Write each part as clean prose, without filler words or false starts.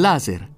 laser.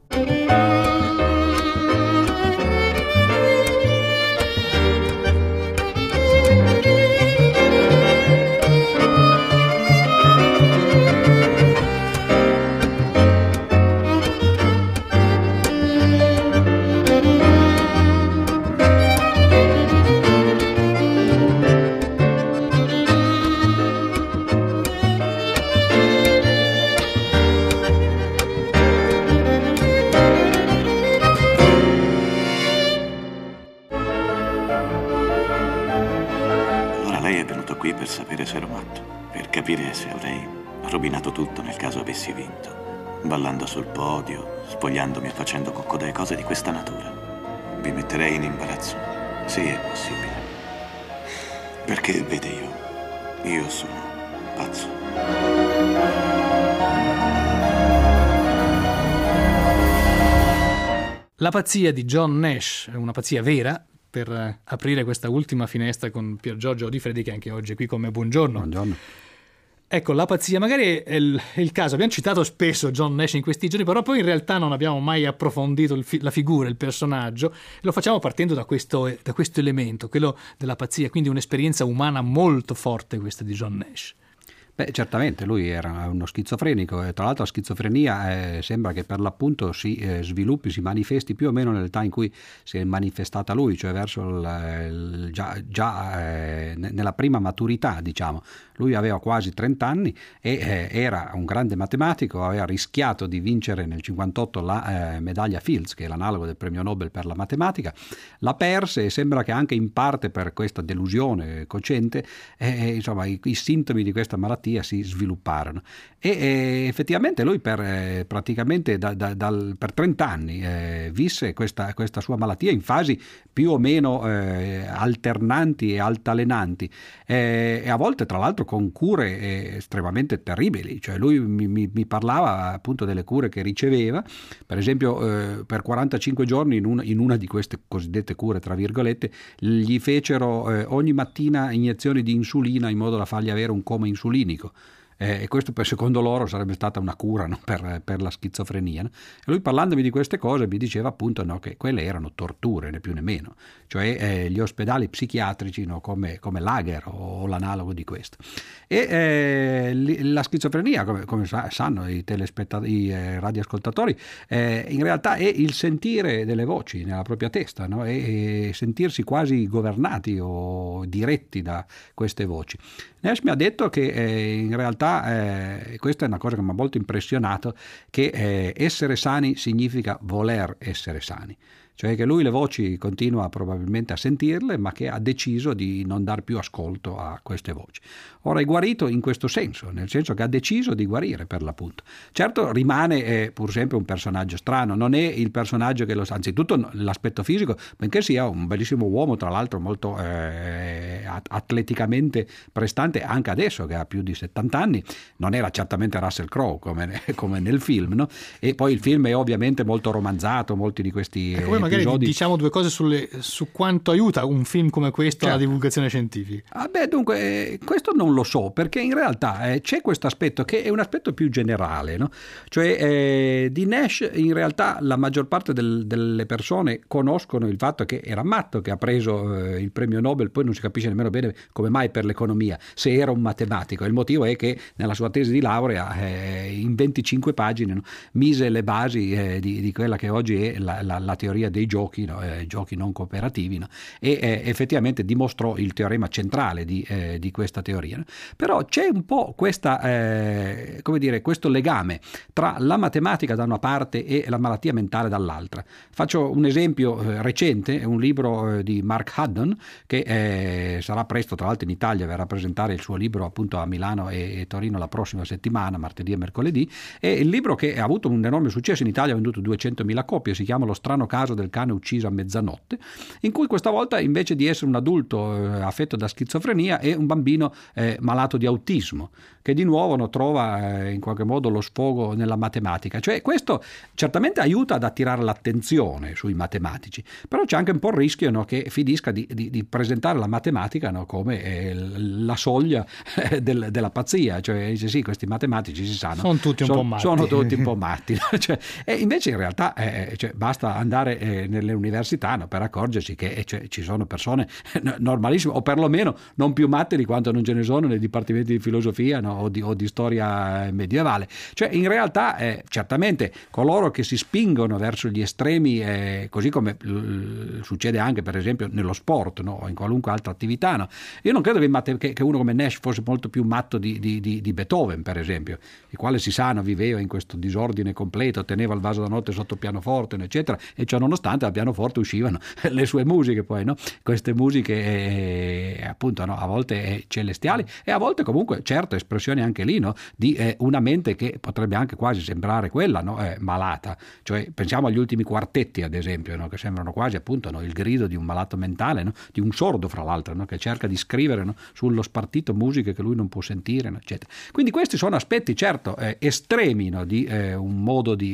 Qui per sapere se ero matto, per capire se avrei rovinato tutto nel caso avessi vinto, ballando sul podio, spogliandomi e facendo coccodè, cose di questa natura. Vi metterei in imbarazzo? Sì, è possibile. Perché, vede, io sono pazzo. La pazzia di John Nash è una pazzia vera, per aprire questa ultima finestra con Pier Giorgio Di Fredi, che anche oggi è qui con me. Buongiorno. Buongiorno. Ecco, la pazzia, magari è il caso, abbiamo citato spesso John Nash in questi giorni, però poi in realtà non abbiamo mai approfondito la figura, il personaggio, lo facciamo partendo da questo elemento, quello della pazzia, quindi un'esperienza umana molto forte questa di John Nash. Beh, certamente lui era uno schizofrenico e tra l'altro la schizofrenia sembra che per l'appunto si sviluppi, si manifesti più o meno nell'età in cui si è manifestata lui, cioè verso nella prima maturità, diciamo. Lui aveva quasi 30 anni e era un grande matematico, aveva rischiato di vincere nel 58 la medaglia Fields, che è l'analogo del premio Nobel per la matematica, la perse e sembra che anche in parte per questa delusione cocente insomma i sintomi di questa malattia si svilupparono e effettivamente lui praticamente per 30 anni visse questa sua malattia in fasi più o meno alternanti e altalenanti e a volte tra l'altro con cure estremamente terribili, cioè lui mi parlava appunto delle cure che riceveva, per esempio per 45 giorni in una di queste cosiddette cure tra virgolette gli fecero ogni mattina iniezioni di insulina in modo da fargli avere un coma insulinico. E questo secondo loro sarebbe stata una cura, no? per la schizofrenia, no? E lui parlandomi di queste cose mi diceva appunto che quelle erano torture, né più né meno, cioè gli ospedali psichiatrici, no? come Lager o l'analogo di questo. E la schizofrenia, come sanno i radioascoltatori, in realtà è il sentire delle voci nella propria testa, no? E sentirsi quasi governati o diretti da queste voci. Nash mi ha detto che in realtà questa è una cosa che mi ha molto impressionato, che essere sani significa voler essere sani, cioè che lui le voci continua probabilmente a sentirle ma che ha deciso di non dar più ascolto a queste voci. Ora è guarito in questo senso, nel senso che ha deciso di guarire per l'appunto. Certo rimane pur sempre un personaggio strano, non è il personaggio che anzitutto l'aspetto fisico, benché sia un bellissimo uomo, tra l'altro molto atleticamente prestante anche adesso che ha più di 70 anni, non era certamente Russell Crowe come nel film, no? E poi il film è ovviamente molto romanzato, molti di questi magari diciamo due cose su quanto aiuta un film come questo alla divulgazione scientifica. Dunque questo non lo so, perché in realtà c'è questo aspetto che è un aspetto più generale, no? Cioè di Nash in realtà la maggior parte delle persone conoscono il fatto che era matto, che ha preso il premio Nobel, poi non si capisce nemmeno bene come mai per l'economia, se era un matematico. Il motivo è che nella sua tesi di laurea in 25 pagine mise le basi di quella che oggi è la teoria dei giochi, no? Giochi non cooperativi, no? E effettivamente dimostrò il teorema centrale di questa teoria, no? Però c'è un po' questa questo legame tra la matematica da una parte e la malattia mentale dall'altra. Faccio un esempio recente, è un libro di Mark Haddon che sarà presto, tra l'altro in Italia verrà a presentare il suo libro appunto a Milano e Torino la prossima settimana, martedì e mercoledì, e il libro che ha avuto un enorme successo in Italia, ha venduto 200.000 copie, si chiama Lo strano caso del cane ucciso a mezzanotte, in cui questa volta invece di essere un adulto affetto da schizofrenia è un bambino malato di autismo, che di nuovo trova in qualche modo lo sfogo nella matematica. Cioè questo certamente aiuta ad attirare l'attenzione sui matematici, però c'è anche un po' il rischio che finisca di presentare la matematica come la soglia della pazzia, cioè dice sì, questi matematici si sanno sono tutti un po' matti, sono tutti un po' matti. Cioè, e invece in realtà cioè, basta andare nelle università per accorgersi che ci sono persone normalissime, o perlomeno non più matte di quanto non ce ne sono nei dipartimenti di filosofia o di storia medievale. Cioè in realtà certamente coloro che si spingono verso gli estremi, così come succede anche per esempio nello sport, o in qualunque altra attività, io non credo che uno come Nash fosse molto più matto di Beethoven, per esempio, il quale si sa viveva in questo disordine completo, teneva il vaso da notte sotto il pianoforte, eccetera, e ciò nonostante dal pianoforte uscivano le sue musiche, poi queste musiche appunto a volte celestiali e a volte comunque certo espressioni anche lì di una mente che potrebbe anche quasi sembrare quella malata. Cioè pensiamo agli ultimi quartetti, ad esempio, che sembrano quasi appunto il grido di un malato mentale, di un sordo fra l'altro, che cerca di scrivere sullo spartito musiche che lui non può sentire, eccetera. Quindi questi sono aspetti certo estremi di un modo di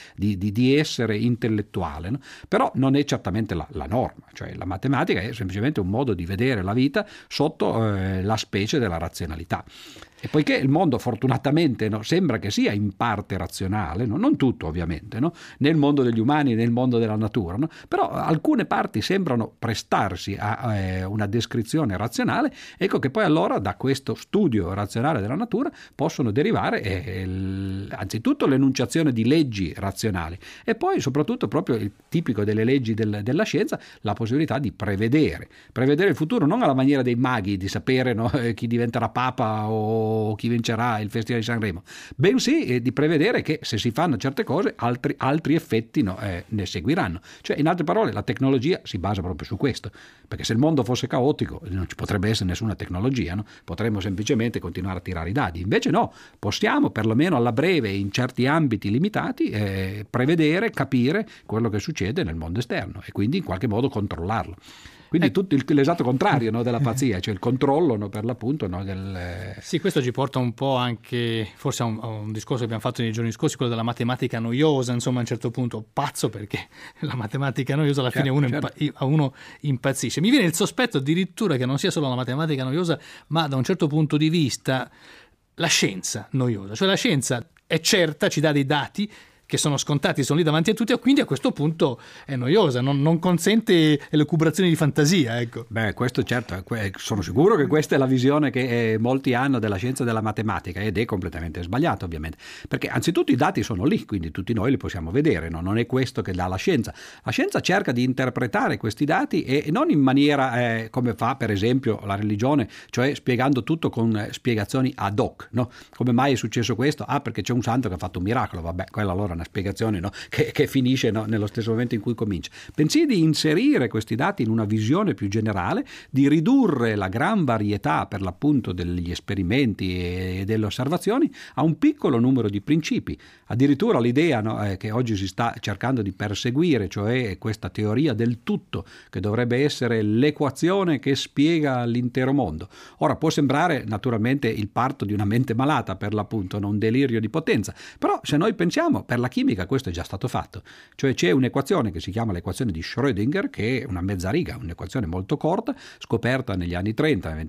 essere intellettuale, però non è certamente la norma. Cioè la matematica è semplicemente un modo di vedere la vita sotto la specie della razionalità. E poiché il mondo fortunatamente sembra che sia in parte razionale, non tutto ovviamente, nel mondo degli umani, nel mondo della natura, però alcune parti sembrano prestarsi a una descrizione razionale, ecco che poi allora da questo studio razionale della natura possono derivare anzitutto l'enunciazione di leggi razionali e poi soprattutto proprio il tipico delle leggi della scienza, la possibilità di prevedere il futuro, non alla maniera dei maghi, di sapere chi diventerà papa o chi vincerà il Festival di Sanremo, bensì di prevedere che se si fanno certe cose altri effetti ne seguiranno. Cioè in altre parole la tecnologia si basa proprio su questo, perché se il mondo fosse caotico non ci potrebbe essere nessuna tecnologia, potremmo semplicemente continuare a tirare i dadi. Invece no, possiamo perlomeno alla breve in certi ambiti limitati prevedere, capire quello che succede nel mondo esterno e quindi in qualche modo controllarlo. Quindi tutto l'esatto contrario della pazzia, cioè il controllo per l'appunto del... Sì, questo ci porta un po' anche forse a un discorso che abbiamo fatto nei giorni scorsi, quello della matematica noiosa, insomma a un certo punto pazzo, perché la matematica noiosa alla fine uno impazzisce. Mi viene il sospetto addirittura che non sia solo la matematica noiosa, ma da un certo punto di vista la scienza noiosa, cioè la scienza è certa, ci dà dei dati che sono scontati, sono lì davanti a tutti, e quindi a questo punto è noiosa, non consente elucubrazioni di fantasia, ecco. Beh, questo certo, sono sicuro che questa è la visione che molti hanno della scienza della matematica, ed è completamente sbagliata ovviamente, perché anzitutto i dati sono lì, quindi tutti noi li possiamo vedere, non è questo che dà la scienza. La scienza cerca di interpretare questi dati e non in maniera come fa per esempio la religione, cioè spiegando tutto con spiegazioni ad hoc, come mai è successo questo? Perché c'è un santo che ha fatto un miracolo, vabbè, quella allora una spiegazione che finisce nello stesso momento in cui comincia, bensì di inserire questi dati in una visione più generale, di ridurre la gran varietà per l'appunto degli esperimenti e delle osservazioni a un piccolo numero di principi. Addirittura l'idea che oggi si sta cercando di perseguire, cioè questa teoria del tutto che dovrebbe essere l'equazione che spiega l'intero mondo. Ora può sembrare naturalmente il parto di una mente malata, per l'appunto, un delirio di potenza, però se noi pensiamo, per la chimica questo è già stato fatto, cioè c'è un'equazione che si chiama l'equazione di Schrödinger, che è una mezza riga, un'equazione molto corta, scoperta negli anni 30, tra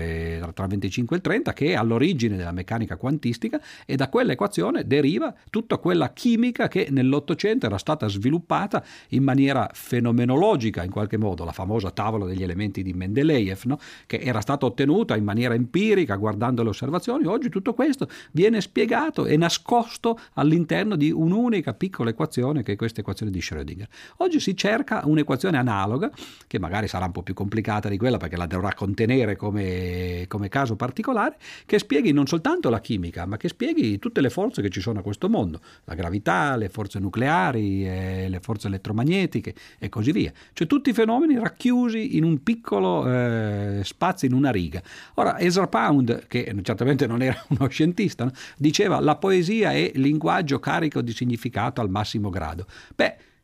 il 25 e il 30, che è all'origine della meccanica quantistica, e da quell'equazione deriva tutta quella chimica che nell'Ottocento era stata sviluppata in maniera fenomenologica, in qualche modo, la famosa tavola degli elementi di Mendeleev, che era stata ottenuta in maniera empirica guardando le osservazioni. Oggi tutto questo viene spiegato e nascosto all'interno di un'unica piccola equazione, che è questa equazione di Schrödinger. Oggi si cerca un'equazione analoga, che magari sarà un po' più complicata di quella perché la dovrà contenere come caso particolare, che spieghi non soltanto la chimica, ma che spieghi tutte le forze che ci sono a questo mondo, la gravità, le forze nucleari, le forze elettromagnetiche e così via. Cioè tutti i fenomeni racchiusi in un piccolo spazio, in una riga. Ora Ezra Pound, che certamente non era uno scientista, diceva: la poesia è linguaggio carico di significato al massimo grado. Beh,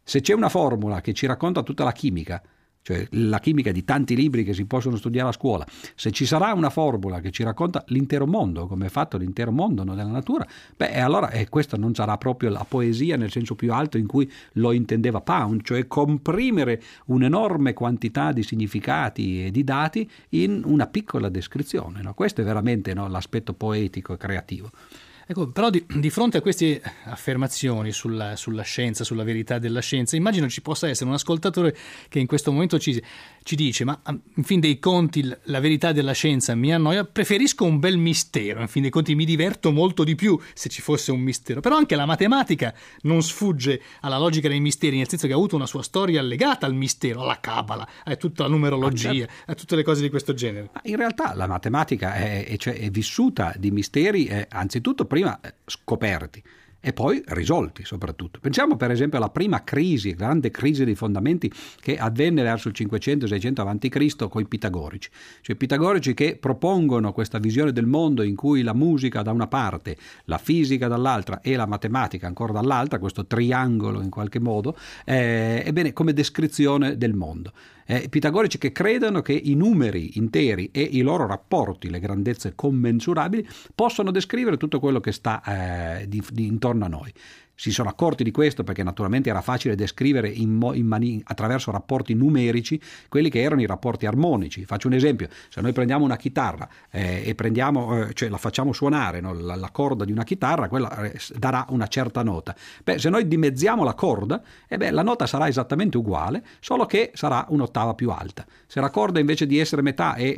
Se c'è una formula che ci racconta tutta la chimica, cioè la chimica di tanti libri che si possono studiare a scuola, se ci sarà una formula che ci racconta l'intero mondo, come è fatto l'intero mondo, no, della natura, allora questa non sarà proprio la poesia nel senso più alto in cui lo intendeva Pound, cioè comprimere un'enorme quantità di significati e di dati in una piccola descrizione, no? Questo è veramente, no, l'aspetto poetico e creativo. Ecco, però di fronte a queste affermazioni sulla scienza, sulla verità della scienza, immagino ci possa essere un ascoltatore che in questo momento ci dice: ma in fin dei conti la verità della scienza mi annoia, preferisco un bel mistero, in fin dei conti mi diverto molto di più se ci fosse un mistero. Però anche la matematica non sfugge alla logica dei misteri, nel senso che ha avuto una sua storia legata al mistero, alla cabala, a tutta la numerologia, a tutte le cose di questo genere. In realtà la matematica è vissuta di misteri, anzitutto prima scoperti e poi risolti soprattutto. Pensiamo per esempio alla prima grande crisi dei fondamenti che avvenne verso il 500-600 a.C. con i pitagorici. Cioè i pitagorici che propongono questa visione del mondo in cui la musica da una parte, la fisica dall'altra e la matematica ancora dall'altra, questo triangolo in qualche modo, come descrizione del mondo. Pitagorici che credono che i numeri interi e i loro rapporti, le grandezze commensurabili, possono descrivere tutto quello che sta intorno a noi. Si sono accorti di questo perché naturalmente era facile descrivere attraverso rapporti numerici quelli che erano i rapporti armonici. Faccio un esempio: se noi prendiamo una chitarra e la facciamo suonare, no, la corda di una chitarra, quella darà una certa nota. Se noi dimezziamo la corda, la nota sarà esattamente uguale, solo che sarà un'ottava più alta. Se la corda invece di essere metà è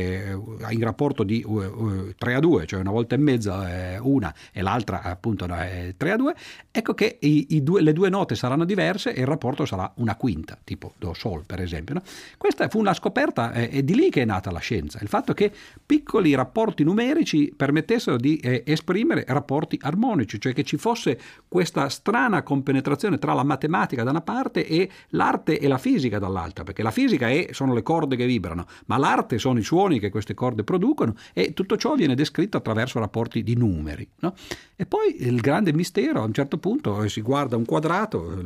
in rapporto di 3-2, cioè una volta e mezza una e l'altra appunto è 3-2, ecco che le due note saranno diverse e il rapporto sarà una quinta, tipo do sol per esempio, no? Questa fu una scoperta, è di lì che è nata la scienza, il fatto che piccoli rapporti numerici permettessero di esprimere rapporti armonici, cioè che ci fosse questa strana compenetrazione tra la matematica da una parte e l'arte e la fisica dall'altra, perché la fisica sono le corde che vibrano, ma l'arte sono i suoni che queste corde producono, e tutto ciò viene descritto attraverso rapporti di numeri, no? E poi il grande mistero, a un certo punto si guarda un quadrato,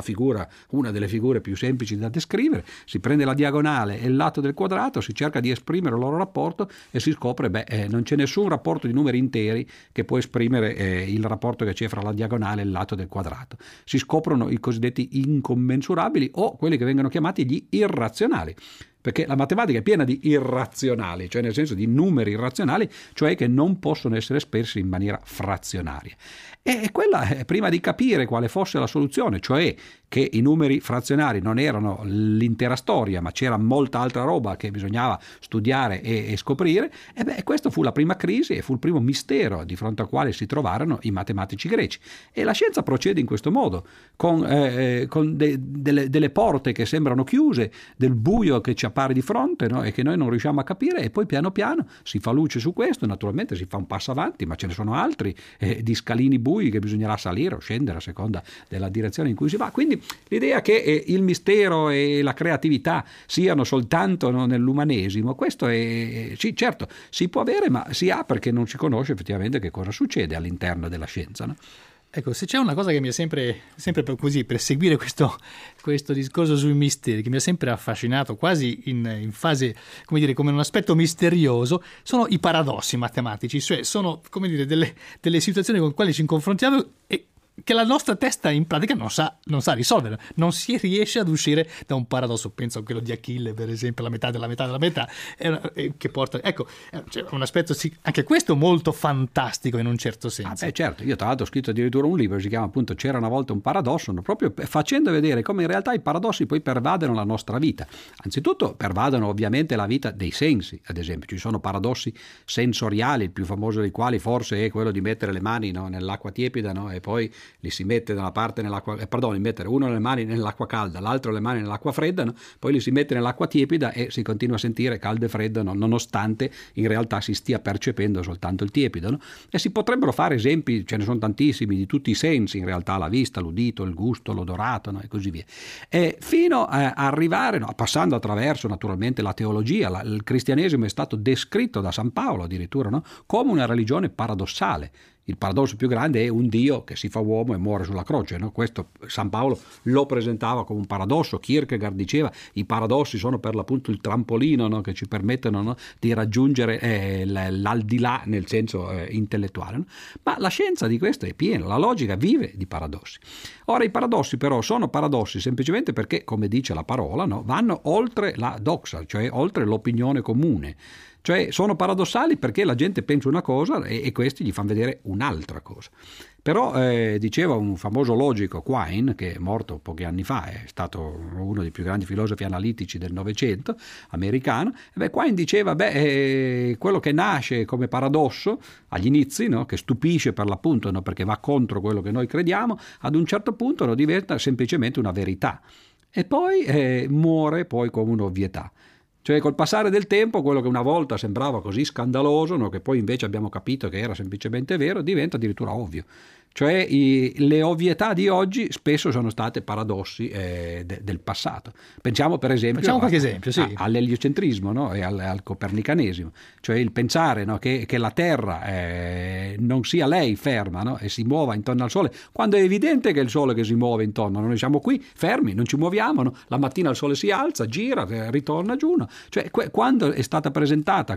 una delle figure più semplici da descrivere, si prende la diagonale e il lato del quadrato, si cerca di esprimere il loro rapporto e si scopre non c'è nessun rapporto di numeri interi che può esprimere il rapporto che c'è fra la diagonale e il lato del quadrato. Si scoprono i cosiddetti incommensurabili, o quelli che vengono chiamati gli irrazionali, perché la matematica è piena di irrazionali, cioè nel senso di numeri irrazionali, cioè che non possono essere espressi in maniera frazionaria. E quella, prima di capire quale fosse la soluzione, cioè che i numeri frazionari non erano l'intera storia, ma c'era molta altra roba che bisognava studiare e scoprire, questa fu la prima crisi e fu il primo mistero di fronte al quale si trovarono i matematici greci. E la scienza procede in questo modo, con delle porte che sembrano chiuse, del buio che ci appare di fronte, no? E che noi non riusciamo a capire, e poi piano piano si fa luce su questo, naturalmente si fa un passo avanti, ma ce ne sono altri di scalini bui che bisognerà salire o scendere a seconda della direzione in cui si va. Quindi l'idea che il mistero e la creatività siano soltanto, no, nell'umanesimo, questo sì, certo, si può avere, ma si ha perché non si conosce effettivamente che cosa succede all'interno della scienza, no? Ecco, se c'è una cosa che mi ha sempre per seguire questo discorso sui misteri, che mi ha sempre affascinato quasi in fase, come dire, come un aspetto misterioso, sono i paradossi matematici, cioè sono, come dire, delle situazioni con le quali ci confrontiamo e che la nostra testa in pratica non sa risolvere, non si riesce ad uscire da un paradosso. Penso a quello di Achille, per esempio, la metà della metà della metà, che porta, ecco, c'è un aspetto anche questo molto fantastico in un certo senso. Certo, io tra l'altro ho scritto addirittura un libro, si chiama appunto C'era una volta un paradosso, proprio facendo vedere come in realtà i paradossi poi pervadono la nostra vita. Anzitutto pervadono ovviamente la vita dei sensi, ad esempio ci sono paradossi sensoriali, il più famoso dei quali forse è quello di mettere le mani, no, nell'acqua tiepida, no, e poi li si mette da una parte di mettere uno le mani nell'acqua calda, l'altro le mani nell'acqua fredda, no? Poi li si mette nell'acqua tiepida e si continua a sentire caldo e freddo, no? Nonostante in realtà si stia percependo soltanto il tiepido, no? E si potrebbero fare esempi, ce ne sono tantissimi, di tutti i sensi in realtà, la vista, l'udito, il gusto, l'odorato, no? E così via, fino a arrivare, no? Passando attraverso naturalmente la teologia. Il cristianesimo è stato descritto da San Paolo addirittura, no? Come una religione paradossale, Il paradosso più grande è un Dio che si fa uomo e muore sulla croce, no? Questo San Paolo lo presentava come un paradosso. Kierkegaard diceva i paradossi sono per l'appunto il trampolino, no? Che ci permettono, no? Di raggiungere l'aldilà nel senso intellettuale, no? Ma la scienza di questo è piena, la logica vive di paradossi. Ora i paradossi però sono paradossi semplicemente perché, come dice la parola, no? Vanno oltre la doxa, cioè oltre l'opinione comune. Cioè sono paradossali perché la gente pensa una cosa e questi gli fanno vedere un'altra cosa. Però diceva un famoso logico, Quine, che è morto pochi anni fa, è stato uno dei più grandi filosofi analitici del Novecento americano. Quine diceva quello che nasce come paradosso agli inizi, no? Che stupisce per l'appunto, no? Perché va contro quello che noi crediamo, ad un certo punto, no? Diventa semplicemente una verità e poi muore poi come un'ovvietà. Cioè col passare del tempo quello che una volta sembrava così scandaloso, no? Che poi invece abbiamo capito che era semplicemente vero, diventa addirittura ovvio. Cioè le ovvietà di oggi spesso sono state paradossi del passato. Pensiamo per esempio qualche esempio, sì. All'eliocentrismo, no? E al copernicanesimo, cioè il pensare, no? che la Terra non sia lei ferma, no? E si muova intorno al Sole, quando è evidente che è il Sole che si muove intorno. Noi siamo qui fermi, non ci muoviamo, no? La mattina il Sole si alza, gira, ritorna giù, no? Cioè quando è stata presentata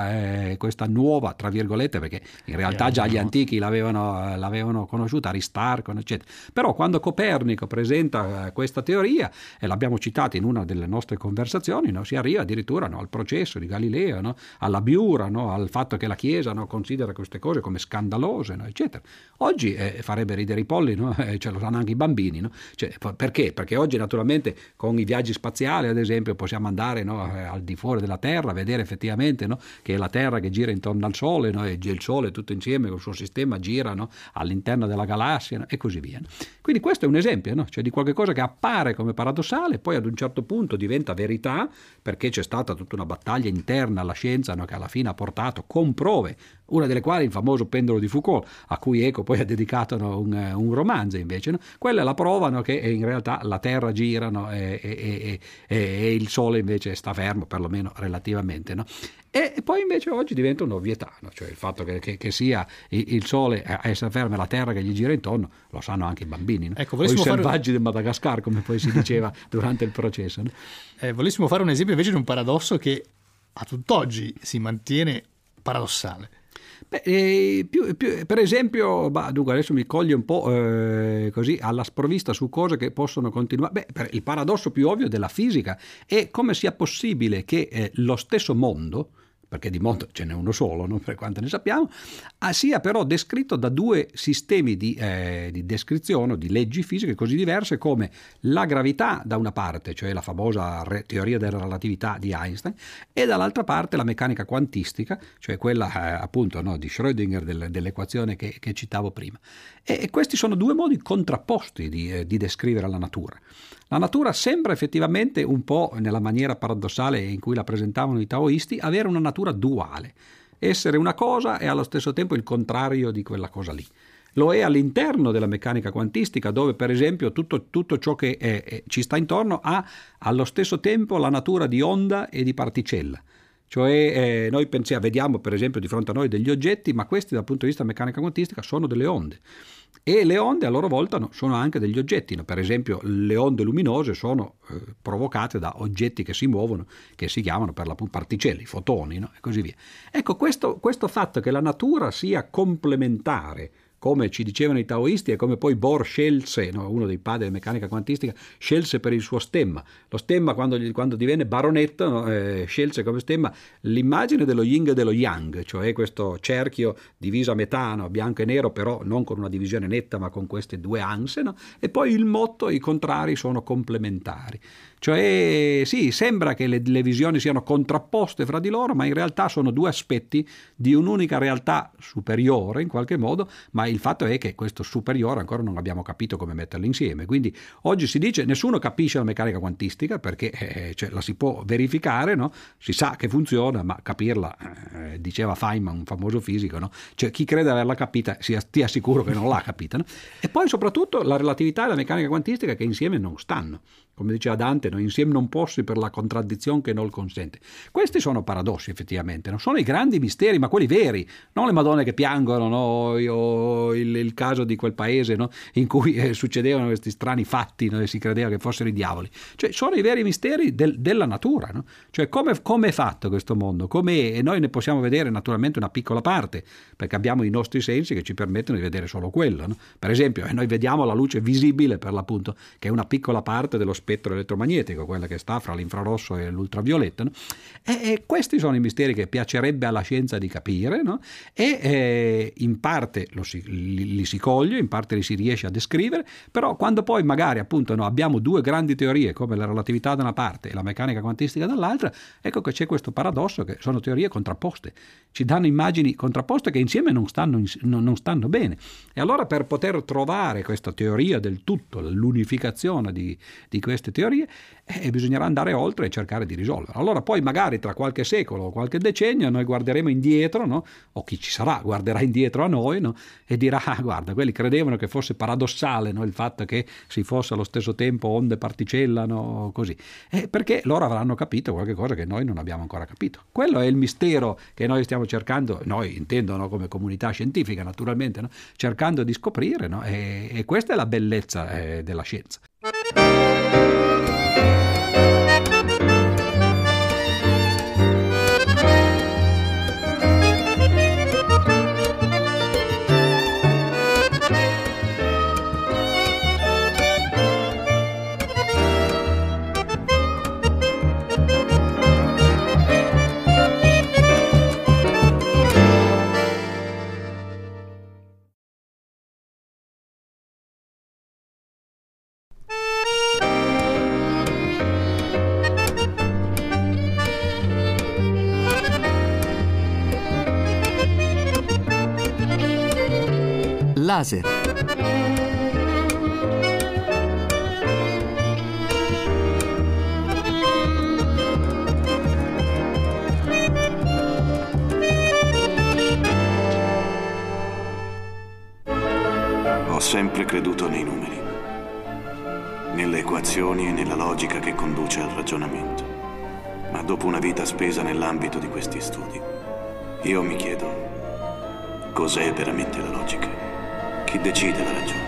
questa nuova, tra virgolette, perché in realtà già gli antichi l'avevano conosciuta, Aristarco, eccetera. Però quando Copernico presenta questa teoria, e l'abbiamo citata in una delle nostre conversazioni, no? Si arriva addirittura, no? Al processo di Galileo, no? Alla biura, no? Al fatto che la Chiesa, no? Considera queste cose come scandalose, no? Eccetera. Oggi farebbe ridere i polli, no? Ce lo sanno anche i bambini, no? Cioè, perché? Perché oggi naturalmente con i viaggi spaziali, ad esempio, possiamo andare, no? Al di fuori della Terra, vedere effettivamente, no? Che è la Terra che gira intorno al Sole, no? E il Sole tutto insieme con il suo sistema gira, no? All'interno della galassia, no? E così via. Quindi questo è un esempio, no? Cioè di qualche cosa che appare come paradossale, poi ad un certo punto diventa verità, perché c'è stata tutta una battaglia interna alla scienza, no? Che alla fine ha portato con prove, una delle quali il famoso pendolo di Foucault, a cui Eco poi ha dedicato, no? un romanzo invece, no? Quella è la prova, no? Che in realtà la Terra gira, no? E il Sole invece sta fermo, perlomeno relativamente, no? E poi invece oggi diventa un'ovvietà, no? Cioè il fatto che sia il Sole a essere fermo e la Terra che gli gira intorno, lo sanno anche i bambini, no? Ecco, o i selvaggi del Madagascar, come poi si diceva durante il processo, no? Volessimo fare un esempio invece di un paradosso che a tutt'oggi si mantiene paradossale. Per esempio, dunque adesso mi coglie un po' così alla sprovvista su cose che possono continuare. Il paradosso più ovvio della fisica è come sia possibile che lo stesso mondo, perché di mondo ce n'è uno solo, no? Per quanto ne sappiamo, sia però descritto da due sistemi di descrizione, di leggi fisiche così diverse come la gravità da una parte, cioè la famosa teoria della relatività di Einstein, e dall'altra parte la meccanica quantistica, cioè quella appunto, no, di Schrödinger dell'equazione che citavo prima. E questi sono due modi contrapposti di descrivere la natura. La natura sembra effettivamente un po', nella maniera paradossale in cui la presentavano i taoisti, avere una natura duale, essere una cosa e allo stesso tempo il contrario di quella cosa lì. Lo è all'interno della meccanica quantistica, dove per esempio tutto ciò che ci sta intorno ha allo stesso tempo la natura di onda e di particella. Cioè noi vediamo per esempio di fronte a noi degli oggetti, ma questi dal punto di vista meccanica quantistica sono delle onde. E le onde a loro volta, no, sono anche degli oggetti, no? Per esempio le onde luminose sono provocate da oggetti che si muovono, che si chiamano per l'appunto particelle, i fotoni, no? E così via. Ecco, questo fatto che la natura sia complementare, come ci dicevano i taoisti, e come poi Bohr scelse, no, uno dei padri della meccanica quantistica, scelse per il suo stemma. Lo stemma, quando divenne baronetto, no, scelse come stemma l'immagine dello yin e dello yang, cioè questo cerchio diviso a metà, no, bianco e nero, però non con una divisione netta, ma con queste due anse, no? E poi il motto, i contrari sono complementari. Cioè sì, sembra che le visioni siano contrapposte fra di loro, ma in realtà sono due aspetti di un'unica realtà superiore in qualche modo, ma il fatto è che questo superiore ancora non abbiamo capito come metterlo insieme. Quindi oggi si dice nessuno capisce la meccanica quantistica perché cioè, la si può verificare, no? Si sa che funziona, ma capirla, diceva Feynman, un famoso fisico, no? Cioè chi crede averla capita stia sicuro che non l'ha capita, no? E poi soprattutto la relatività e la meccanica quantistica che insieme non stanno. come diceva Dante, no? Insieme non possi per la contraddizione che non consente. Questi sono paradossi, effettivamente, non sono i grandi misteri, ma quelli veri, non le Madonne che piangono, no? O il caso di quel paese, no? In cui succedevano questi strani fatti, no? E si credeva che fossero i diavoli. Cioè, sono i veri misteri della natura, no? Cioè, come è fatto questo mondo? E noi ne possiamo vedere naturalmente una piccola parte, perché abbiamo i nostri sensi che ci permettono di vedere solo quello, no? Per esempio, noi vediamo la luce visibile, per l'appunto, che è una piccola parte dello spettro elettromagnetico, quella che sta fra l'infrarosso e l'ultravioletto, no? E questi sono i misteri che piacerebbe alla scienza di capire, no? E in parte li si coglie, in parte li si riesce a descrivere, però quando poi magari appunto abbiamo due grandi teorie come la relatività da una parte e la meccanica quantistica dall'altra, ecco che c'è questo paradosso che sono teorie contrapposte, ci danno immagini contrapposte che insieme non stanno bene. E allora, per poter trovare questa teoria del tutto, l'unificazione di queste teorie, bisognerà andare oltre e cercare di risolvere. Allora poi magari tra qualche secolo o qualche decennio noi guarderemo indietro, no? O chi ci sarà guarderà indietro a noi, no? E dirà: guarda, quelli credevano che fosse paradossale, no? Il fatto che si fosse allo stesso tempo onde, particella, no? Così, perché loro avranno capito qualche cosa che noi non abbiamo ancora capito. Quello è il mistero che noi stiamo cercando, noi intendo, no? Come comunità scientifica naturalmente, no? Cercando di scoprire, no? E questa è la bellezza della scienza. Laser. Ho sempre creduto nei numeri, nelle equazioni e nella logica che conduce al ragionamento. Ma dopo una vita spesa nell'ambito di questi studi, io mi chiedo: cos'è veramente la logica? Chi decide la ragione?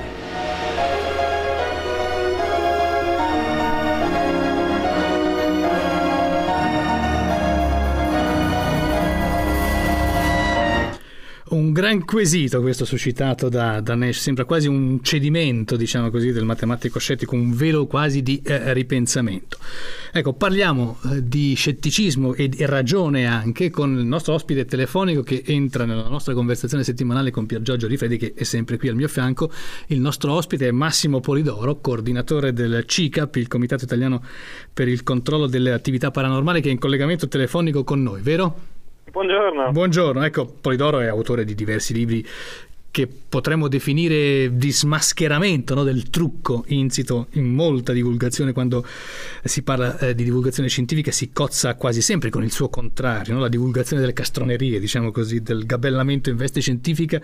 Un gran quesito questo suscitato da Nash, sembra quasi un cedimento, diciamo così, del matematico scettico, un velo quasi di ripensamento. Ecco, parliamo di scetticismo e di ragione anche con il nostro ospite telefonico che entra nella nostra conversazione settimanale con Pier Giorgio Rifredi, che è sempre qui al mio fianco. Il nostro ospite è Massimo Polidoro, coordinatore del CICAP, il Comitato Italiano per il Controllo delle Attività Paranormali, che è in collegamento telefonico con noi, vero? Buongiorno. Buongiorno, ecco, Polidoro è autore di diversi libri che potremmo definire di smascheramento, no, del trucco insito in molta divulgazione. Quando si parla di divulgazione scientifica si cozza quasi sempre con il suo contrario, no? La divulgazione delle castronerie, diciamo così, del gabellamento in veste scientifica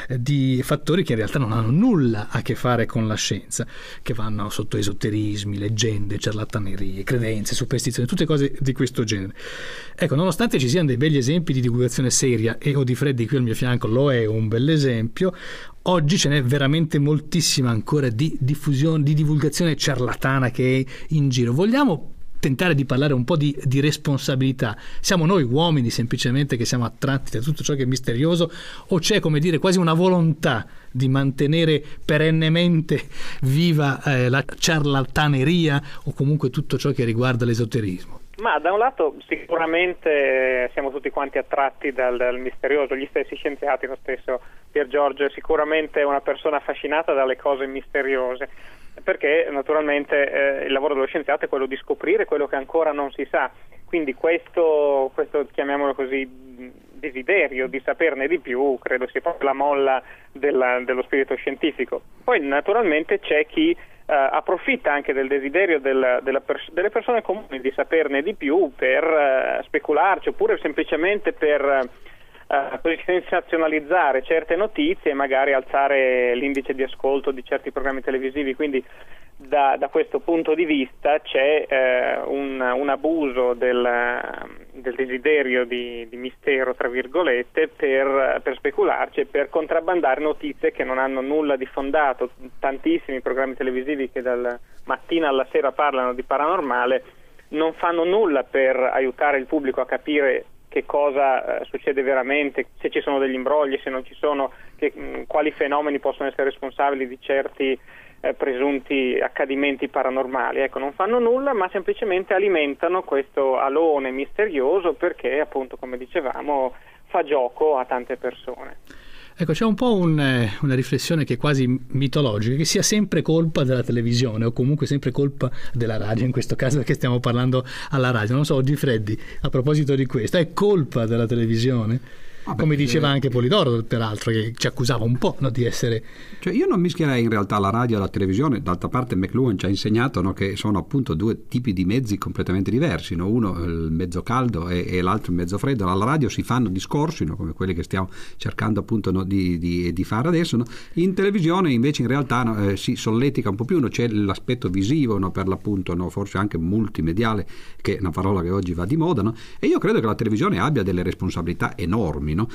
di fattori che in realtà non hanno nulla a che fare con la scienza, che vanno sotto esoterismi, leggende, ciarlatanerie, credenze, superstizioni, tutte cose di questo genere. Ecco, nonostante ci siano dei begli esempi di divulgazione seria, e Odifreddi qui al mio fianco lo è un bell'esempio, oggi ce n'è veramente moltissima ancora di diffusione, di divulgazione ciarlatana che è in giro. Vogliamo tentare di parlare un po' di responsabilità? Siamo noi uomini semplicemente che siamo attratti da tutto ciò che è misterioso, o c'è, come dire, quasi una volontà di mantenere perennemente viva la ciarlataneria o comunque tutto ciò che riguarda l'esoterismo? Ma da un lato sicuramente siamo tutti quanti attratti dal misterioso, gli stessi scienziati, lo stesso Pier Giorgio è sicuramente una persona affascinata dalle cose misteriose, perché naturalmente il lavoro dello scienziato è quello di scoprire quello che ancora non si sa, quindi questo chiamiamolo così, desiderio di saperne di più, credo sia proprio la molla dello spirito scientifico. Poi naturalmente c'è chi approfitta anche del desiderio delle persone comuni di saperne di più per specularci, oppure semplicemente per sensazionalizzare certe notizie e magari alzare l'indice di ascolto di certi programmi televisivi. Quindi da questo punto di vista c'è un abuso del desiderio di mistero, tra virgolette, per specularci e per contrabbandare notizie che non hanno nulla di fondato. Tantissimi programmi televisivi che dal mattina alla sera parlano di paranormale non fanno nulla per aiutare il pubblico a capire che cosa succede veramente, se ci sono degli imbrogli, se non ci sono, quali fenomeni possono essere responsabili di certi presunti accadimenti paranormali. Ecco, non fanno nulla, ma semplicemente alimentano questo alone misterioso perché, appunto, come dicevamo, fa gioco a tante persone. Ecco, c'è un po' una riflessione che è quasi mitologica, che sia sempre colpa della televisione o comunque sempre colpa della radio, in questo caso perché stiamo parlando alla radio. Non so, Gifreddi, a proposito di questo, è colpa della televisione? Come diceva anche Polidoro, peraltro, che ci accusava un po', no, di essere... Cioè, io non mischierei in realtà la radio e la televisione. D'altra parte McLuhan ci ha insegnato, no, che sono appunto due tipi di mezzi completamente diversi, no? Uno il mezzo caldo e l'altro il mezzo freddo. Alla radio si fanno discorsi, no, come quelli che stiamo cercando appunto, no, di fare adesso, no? In televisione invece in realtà, no, si solletica un po' più, no? C'è l'aspetto visivo, no, per l'appunto, no, forse anche multimediale, che è una parola che oggi va di moda, no? E io credo che la televisione abbia delle responsabilità enormi, no?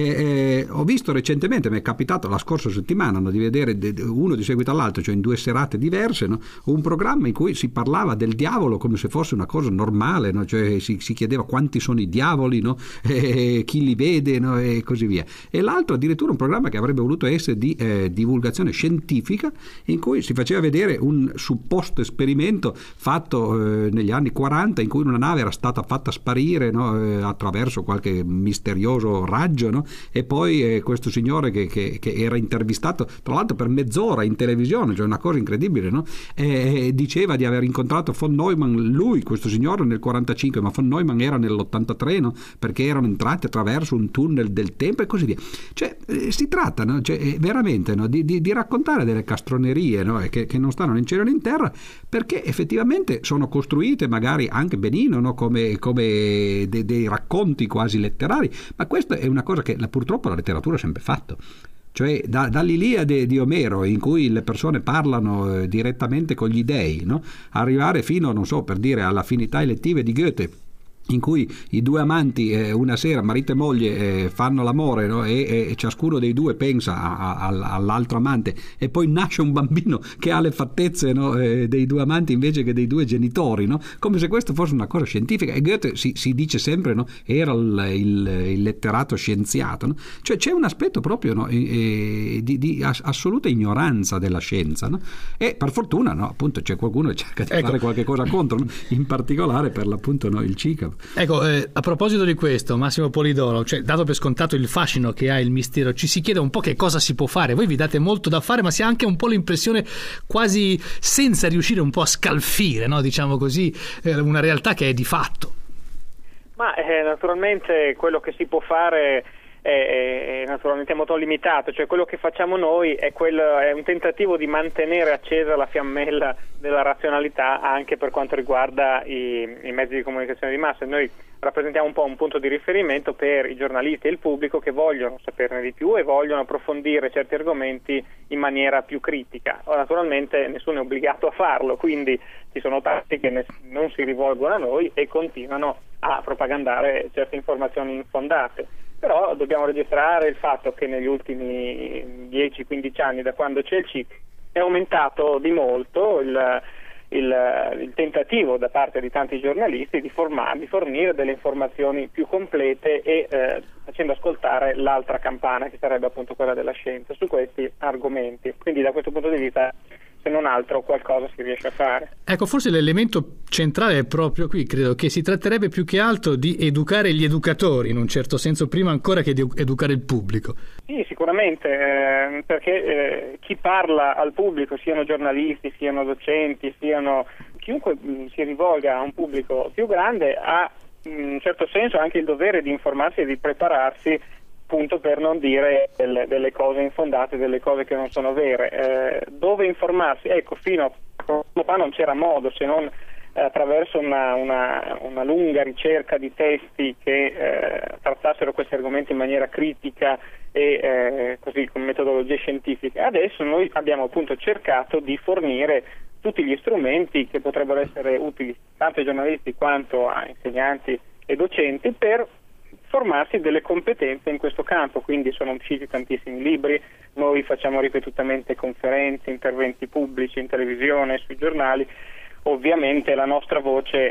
Ho visto recentemente, mi è capitato la scorsa settimana, no, di vedere uno di seguito all'altro, cioè in 2 serate diverse, no, un programma in cui si parlava del diavolo come se fosse una cosa normale, no? Cioè si chiedeva quanti sono i diavoli, no? Chi li vede, no? E così via. E l'altro addirittura un programma che avrebbe voluto essere di divulgazione scientifica, in cui si faceva vedere un supposto esperimento fatto negli anni 40, in cui una nave era stata fatta sparire, no? Attraverso qualche misterioso raggio, no? E poi questo signore che era intervistato tra l'altro per mezz'ora in televisione, cioè una cosa incredibile, no? Diceva di aver incontrato von Neumann, lui, questo signore, nel 45, ma von Neumann era nell'83, no? Perché erano entrati attraverso un tunnel del tempo e così via. Cioè si tratta, no? Cioè, veramente, no? di raccontare delle castronerie, no? che non stanno né in cielo né in terra, perché effettivamente sono costruite magari anche benino, no? come dei racconti quasi letterari, ma questo è una cosa che purtroppo la letteratura ha sempre fatto. Cioè dall'Iliade di Omero, in cui le persone parlano direttamente con gli dei, no? Arrivare fino, non so, per dire, alle affinità elettive di Goethe, in cui i 2 amanti una sera, marito e moglie, fanno l'amore, no? e ciascuno dei 2 pensa all'altro amante, e poi nasce un bambino che ha le fattezze, no? Dei 2 amanti invece che dei 2 genitori, no? Come se questo fosse una cosa scientifica. E Goethe si dice sempre, no? Era il letterato scienziato, no? Cioè c'è un aspetto proprio, no? di assoluta ignoranza della scienza, no? E per fortuna, no? Appunto c'è qualcuno che cerca di fare qualche cosa contro, no? In particolare per l'appunto, no? Il CICAV. Ecco, a proposito di questo, Massimo Polidoro, cioè, dato per scontato il fascino che ha il mistero, ci si chiede un po' che cosa si può fare. Voi vi date molto da fare, ma si ha anche un po' l'impressione, quasi senza riuscire un po' a scalfire, no? Diciamo così, una realtà che è di fatto. Ma naturalmente quello che si può fare è naturalmente molto limitato, cioè quello che facciamo noi è un tentativo di mantenere accesa la fiammella della razionalità anche per quanto riguarda i mezzi di comunicazione di massa. Noi rappresentiamo un po' un punto di riferimento per i giornalisti e il pubblico che vogliono saperne di più e vogliono approfondire certi argomenti in maniera più critica. Naturalmente nessuno è obbligato a farlo, quindi ci sono tanti che non si rivolgono a noi e continuano a propagandare certe informazioni infondate. Però dobbiamo registrare il fatto che negli ultimi 10-15 anni, da quando c'è il CIC, è aumentato di molto il tentativo da parte di tanti giornalisti di fornire delle informazioni più complete e facendo ascoltare l'altra campana, che sarebbe appunto quella della scienza, su questi argomenti. Quindi da questo punto di vista, se non altro, qualcosa si riesce a fare. Ecco, forse l'elemento centrale è proprio qui. Credo che si tratterebbe più che altro di educare gli educatori, in un certo senso, prima ancora che di educare il pubblico. Sì, sicuramente, perché chi parla al pubblico, siano giornalisti, siano docenti, siano chiunque si rivolga a un pubblico più grande, ha in un certo senso anche il dovere di informarsi e di prepararsi, appunto, per non dire delle cose infondate, delle cose che non sono vere. Dove informarsi? Ecco, fino a poco fa non c'era modo, se non attraverso una lunga ricerca di testi che trattassero questi argomenti in maniera critica e così con metodologie scientifiche. Adesso noi abbiamo appunto cercato di fornire tutti gli strumenti che potrebbero essere utili tanto ai giornalisti quanto a insegnanti e docenti per formarsi delle competenze in questo campo. Quindi sono usciti tantissimi libri, noi facciamo ripetutamente conferenze, interventi pubblici in televisione, sui giornali. Ovviamente la nostra voce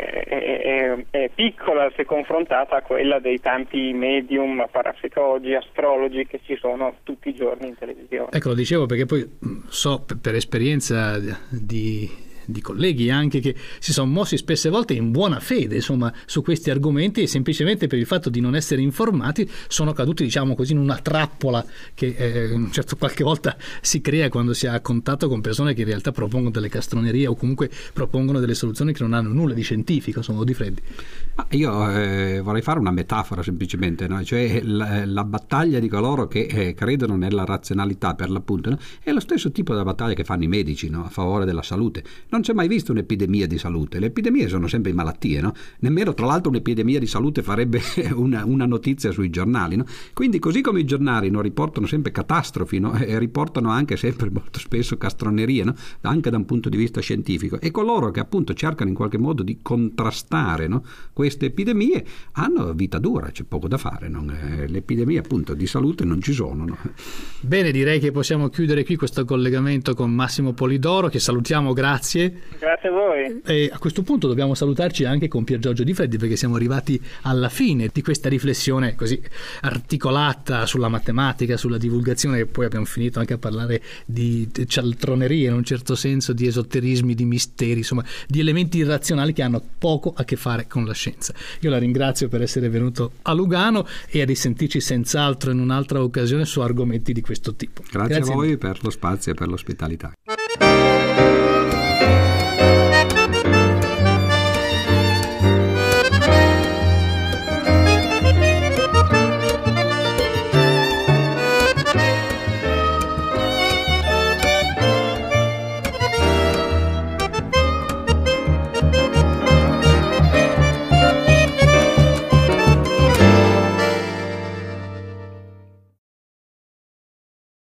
è piccola se confrontata a quella dei tanti medium, parapsicologi, astrologi che ci sono tutti i giorni in televisione. Ecco, lo dicevo perché poi so per esperienza di colleghi anche che si sono mossi spesse volte in buona fede, insomma, su questi argomenti, e semplicemente per il fatto di non essere informati sono caduti, diciamo così, in una trappola che certo qualche volta si crea quando si ha a contatto con persone che in realtà propongono delle castronerie o comunque propongono delle soluzioni che non hanno nulla di scientifico, insomma, o di freddi. Io vorrei fare una metafora semplicemente, no? Cioè la battaglia di coloro che credono nella razionalità, per l'appunto, no? È lo stesso tipo della battaglia che fanno i medici, no? A favore della salute. Non c'è mai visto un'epidemia di salute, le epidemie sono sempre in malattie, no? Nemmeno tra l'altro un'epidemia di salute farebbe una notizia sui giornali, no? Quindi così come i giornali non riportano sempre catastrofi, no? E riportano anche sempre molto spesso castronerie, no? Anche da un punto di vista scientifico, e coloro che appunto cercano in qualche modo di contrastare, no? Queste epidemie hanno vita dura, c'è poco da fare, no? Le epidemie appunto di salute non ci sono, no? Bene, direi che possiamo chiudere qui questo collegamento con Massimo Polidoro, che salutiamo, grazie. Grazie a voi. E a questo punto dobbiamo salutarci anche con Pier Giorgio Di Freddi, perché siamo arrivati alla fine di questa riflessione così articolata sulla matematica, sulla divulgazione, e poi abbiamo finito anche a parlare di cialtronerie in un certo senso, di esoterismi, di misteri, insomma di elementi irrazionali che hanno poco a che fare con la scienza. Io la ringrazio per essere venuto a Lugano e a risentirci senz'altro in un'altra occasione su argomenti di questo tipo. Grazie a voi per lo spazio e per l'ospitalità.